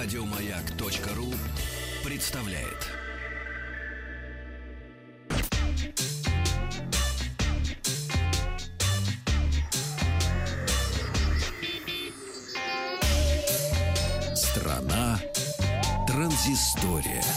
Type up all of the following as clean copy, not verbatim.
Радиомаяк.ру представляет. Страна транзистория.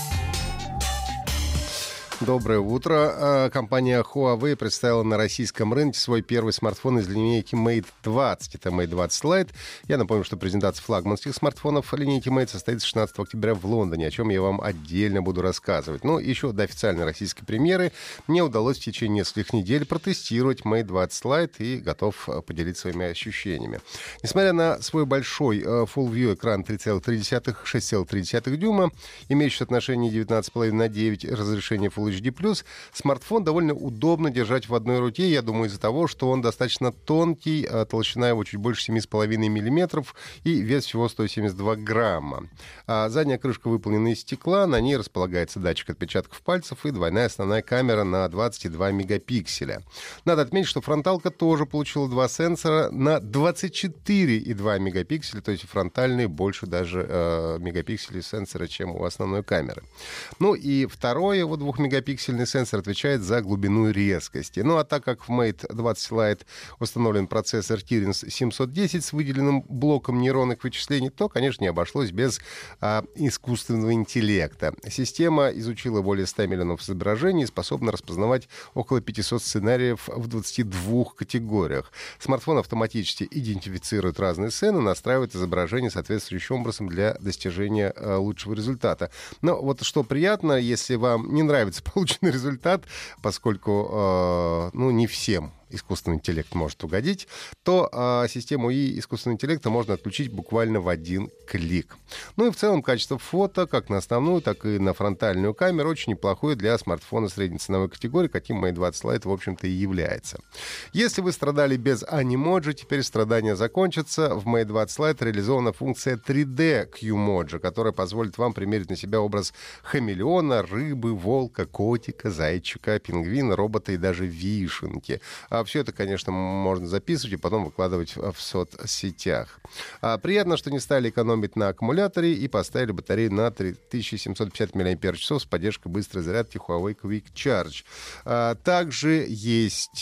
Доброе утро. Компания Huawei представила на российском рынке свой первый смартфон из линейки Mate 20. Это Mate 20 Lite. Я напомню, что презентация флагманских смартфонов линейки Mate состоится 16 октября в Лондоне, о чем я вам отдельно буду рассказывать. Но еще до официальной российской премьеры мне удалось в течение нескольких недель протестировать Mate 20 Lite и готов поделиться своими ощущениями. Несмотря на свой большой Full View экран 3,3-6,3 дюйма, имеющий соотношение 19,5 на 9, разрешение Full HD+, смартфон довольно удобно держать в одной руке, я думаю, из-за того, что он достаточно тонкий, толщина его чуть больше 7,5 мм и вес всего 172 грамма. Задняя крышка выполнена из стекла, на ней располагается датчик отпечатков пальцев и двойная основная камера на 22 мегапикселя. Надо отметить, что фронталка тоже получила два сенсора на 24,2 мегапикселя, то есть фронтальные больше даже мегапикселей сенсора, чем у основной камеры. Ну и второе, вот 2-мегапиксельный сенсор отвечает за глубину и резкости. Ну а так как в Mate 20 Lite установлен процессор Kirin 710 с выделенным блоком нейронных вычислений, то, конечно, не обошлось без искусственного интеллекта. Система изучила более 100 миллионов изображений и способна распознавать около 500 сценариев в 22 категориях. Смартфон автоматически идентифицирует разные сцены, настраивает изображение соответствующим образом для достижения лучшего результата. Но вот что приятно, если вам не нравится полученный результат, поскольку не всем искусственный интеллект может угодить, то систему ИИ искусственного интеллекта можно отключить буквально в один клик. Ну и в целом качество фото, как на основную, так и на фронтальную камеру, очень неплохое для смартфона средней ценовой категории, каким Mate 20 Lite, в общем-то, и является. Если вы страдали без анимоджи, теперь страдания закончатся. В Mate 20 Lite реализована функция 3D QMoji, которая позволит вам примерить на себя образ хамелеона, рыбы, волка, котика, зайчика, пингвина, робота и даже вишенки. Все это, конечно, можно записывать и потом выкладывать в соцсетях. Приятно, что не стали экономить на аккумуляторе и поставили батарею на 3750 мАч с поддержкой быстрой зарядки Huawei Quick Charge. Также есть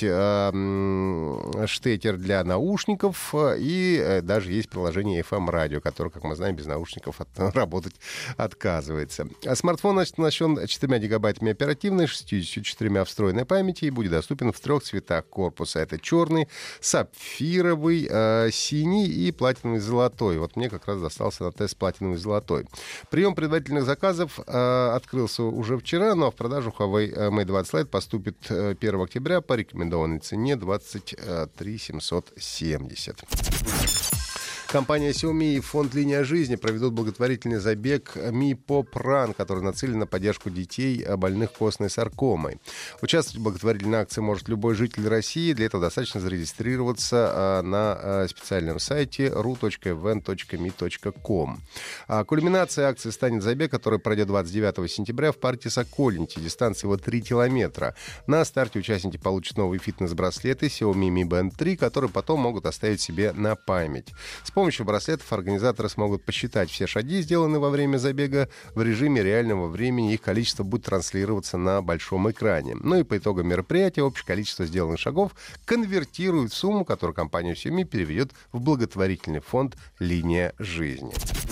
штекер для наушников и даже есть приложение FM-радио, которое, как мы знаем, без наушников работать отказывается. Смартфон оснащен 4 гигабайтами оперативной, 64 встроенной памяти и будет доступен в 3 цветах корпуса. Это черный, сапфировый, синий и платиновый золотой. Вот мне как раз достался на тест платиновый золотой. Прием предварительных заказов открылся уже вчера, но в продажу Huawei Mate 20 Lite поступит 1 октября по рекомендованной цене 23 770. Компания Xiaomi и фонд «Линия жизни» проведут благотворительный забег Mi Pop Run, который нацелен на поддержку детей, больных костной саркомой. Участвовать в благотворительной акции может любой житель России. Для этого достаточно зарегистрироваться на специальном сайте ru.event.me.com. Кульминацией акции станет забег, который пройдет 29 сентября в парке Сокольники. Дистанция его 3 километра. На старте участники получат новые фитнес-браслеты Xiaomi Mi Band 3, которые потом могут оставить себе на память. С помощью браслетов организаторы смогут посчитать все шаги, сделанные во время забега. В режиме реального времени их количество будет транслироваться на большом экране. Ну и по итогам мероприятия общее количество сделанных шагов конвертирует в сумму, которую компания Xiaomi переведет в благотворительный фонд «Линия жизни».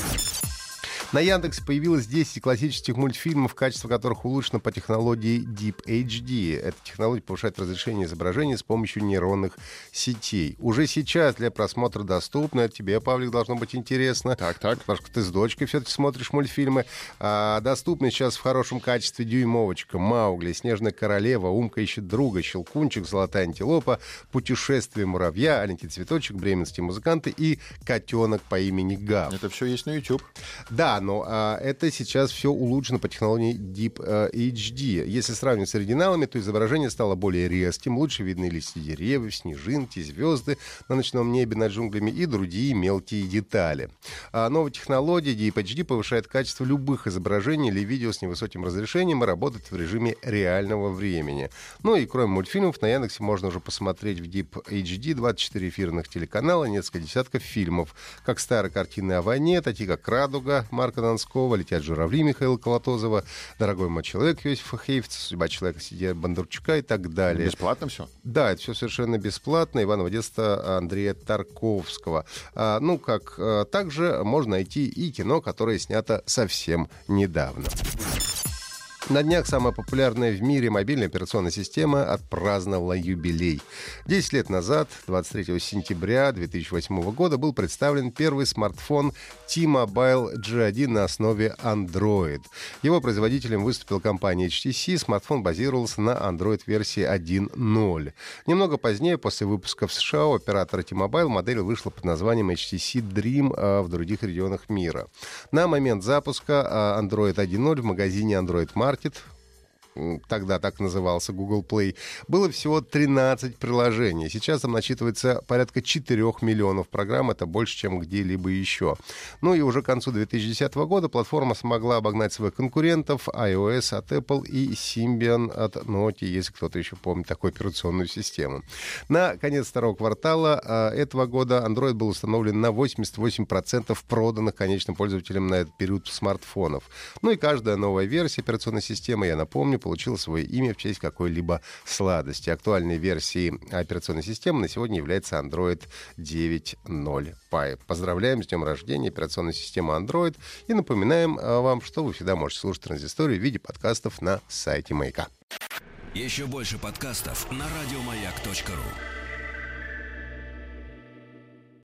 На Яндексе появилось 10 классических мультфильмов, качество которых улучшено по технологии Deep HD. Эта технология повышает разрешение изображения с помощью нейронных сетей. Уже сейчас для просмотра доступно. Это тебе, Павлик, должно быть интересно. Так. Потому что ты с дочкой все-таки смотришь мультфильмы. Доступны сейчас в хорошем качестве «Дюймовочка», «Маугли», «Снежная королева», «Умка ищет друга», «Щелкунчик», «Золотая антилопа», «Путешествие муравья», «Аленький цветочек», «Бременские музыканты» и «Котенок по имени Гав». Это все есть на YouTube. Да, но это сейчас все улучшено по технологии Deep HD. Если сравнивать с оригиналами, то изображение стало более резким, лучше видны листья деревьев, снежинки, звезды на ночном небе над джунглями и другие мелкие детали. Новая технология Deep HD повышает качество любых изображений или видео с невысоким разрешением и работает в режиме реального времени. Ну и кроме мультфильмов, на Яндексе можно уже посмотреть в Deep HD 24 эфирных телеканала, несколько десятков фильмов, как старые картины о войне, такие как «Радуга» Марка Марка Донского, «Летят журавли» Михаила Колотозова, «Дорогой мой человек» Иосифа Хейфца, «Судьба человека» Сергея Бондарчука и так далее. Бесплатно все? Да, это все совершенно бесплатно. «Иваново детство» Андрея Тарковского. Также можно найти и кино, которое снято совсем недавно. На днях самая популярная в мире мобильная операционная система отпраздновала юбилей. 10 лет назад, 23 сентября 2008 года, был представлен первый смартфон T-Mobile G1 на основе Android. Его производителем выступила компания HTC. Смартфон базировался на Android-версии 1.0. Немного позднее, после выпуска в США у оператора T-Mobile, модель вышла под названием HTC Dream в других регионах мира. На момент запуска Android 1.0 в магазине Android Market, тогда так назывался Google Play, было всего 13 приложений. Сейчас там насчитывается порядка 4 миллионов программ. Это больше, чем где-либо еще. Ну и уже к концу 2010 года платформа смогла обогнать своих конкурентов iOS от Apple и Symbian от Nokia, если кто-то еще помнит такую операционную систему. На конец второго квартала этого года Android был установлен на 88% проданных конечным пользователям на этот период смартфонов. Ну и каждая новая версия операционной системы, я напомню, получила свое имя в честь какой-либо сладости. Актуальной версией операционной системы на сегодня является Android 9.0 Pie. Поздравляем с днем рождения операционной системы Android и напоминаем вам, что вы всегда можете слушать Транзисторию в виде подкастов на сайте Маяка. Еще больше подкастов на радиомаяк.ру.